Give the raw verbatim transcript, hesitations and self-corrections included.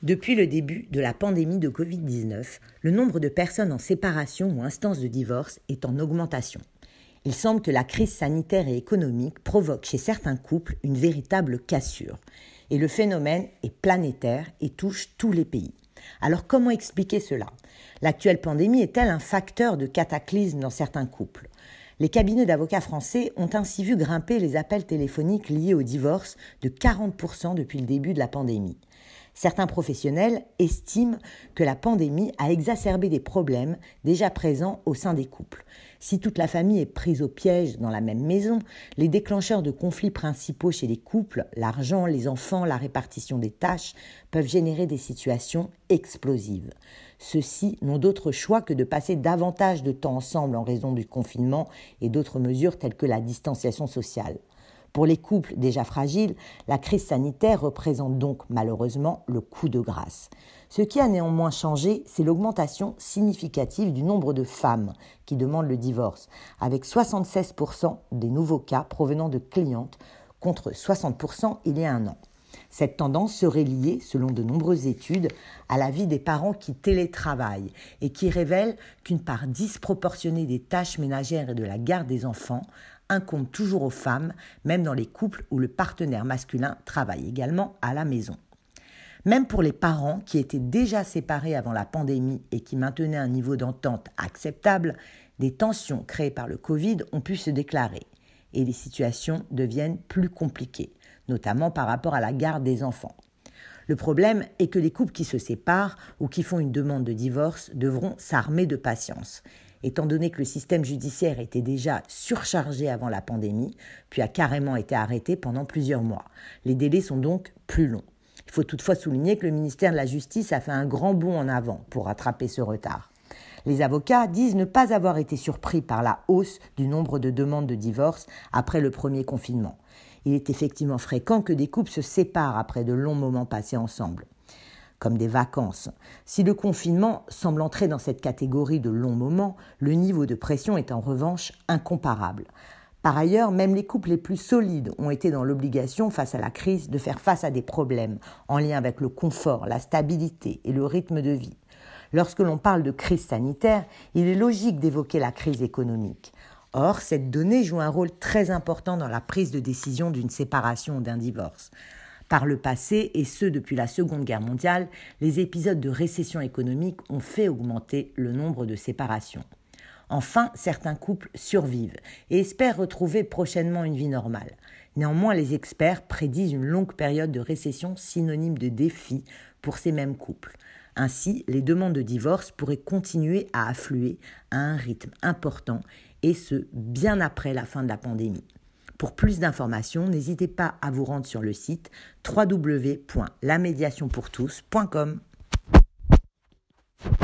Depuis le début de la pandémie de covid dix-neuf, le nombre de personnes en séparation ou instance de divorce est en augmentation. Il semble que la crise sanitaire et économique provoque chez certains couples une véritable cassure. Et le phénomène est planétaire et touche tous les pays. Alors comment expliquer cela ? L'actuelle pandémie est-elle un facteur de cataclysme dans certains couples ? Les cabinets d'avocats français ont ainsi vu grimper les appels téléphoniques liés au divorce de quarante pour cent depuis le début de la pandémie. Certains professionnels estiment que la pandémie a exacerbé des problèmes déjà présents au sein des couples. Si toute la famille est prise au piège dans la même maison, les déclencheurs de conflits principaux chez les couples, l'argent, les enfants, la répartition des tâches, peuvent générer des situations explosives. Ceux-ci n'ont d'autre choix que de passer davantage de temps ensemble en raison du confinement et d'autres mesures telles que la distanciation sociale. Pour les couples déjà fragiles, la crise sanitaire représente donc malheureusement le coup de grâce. Ce qui a néanmoins changé, c'est l'augmentation significative du nombre de femmes qui demandent le divorce, avec soixante-seize pour cent des nouveaux cas provenant de clientes contre soixante pour cent il y a un an. Cette tendance serait liée, selon de nombreuses études, à la vie des parents qui télétravaillent et qui révèlent qu'une part disproportionnée des tâches ménagères et de la garde des enfants incombe toujours aux femmes, même dans les couples où le partenaire masculin travaille également à la maison. Même pour les parents qui étaient déjà séparés avant la pandémie et qui maintenaient un niveau d'entente acceptable, des tensions créées par le Covid ont pu se déclarer et les situations deviennent plus compliquées, notamment par rapport à la garde des enfants. Le problème est que les couples qui se séparent ou qui font une demande de divorce devront s'armer de patience. Étant donné que le système judiciaire était déjà surchargé avant la pandémie, puis a carrément été arrêté pendant plusieurs mois. Les délais sont donc plus longs. Il faut toutefois souligner que le ministère de la Justice a fait un grand bond en avant pour rattraper ce retard. Les avocats disent ne pas avoir été surpris par la hausse du nombre de demandes de divorce après le premier confinement. Il est effectivement fréquent que des couples se séparent après de longs moments passés ensemble, comme des vacances. Si le confinement semble entrer dans cette catégorie de longs moments, le niveau de pression est en revanche incomparable. Par ailleurs, même les couples les plus solides ont été dans l'obligation, face à la crise, de faire face à des problèmes en lien avec le confort, la stabilité et le rythme de vie. Lorsque l'on parle de crise sanitaire, il est logique d'évoquer la crise économique. Or, cette donnée joue un rôle très important dans la prise de décision d'une séparation ou d'un divorce. Par le passé, et ce depuis la Seconde Guerre mondiale, les épisodes de récession économique ont fait augmenter le nombre de séparations. Enfin, certains couples survivent et espèrent retrouver prochainement une vie normale. Néanmoins, les experts prédisent une longue période de récession synonyme de défi pour ces mêmes couples. Ainsi, les demandes de divorce pourraient continuer à affluer à un rythme important, et ce, bien après la fin de la pandémie. Pour plus d'informations, n'hésitez pas à vous rendre sur le site w w w point la médiation pour tous point com.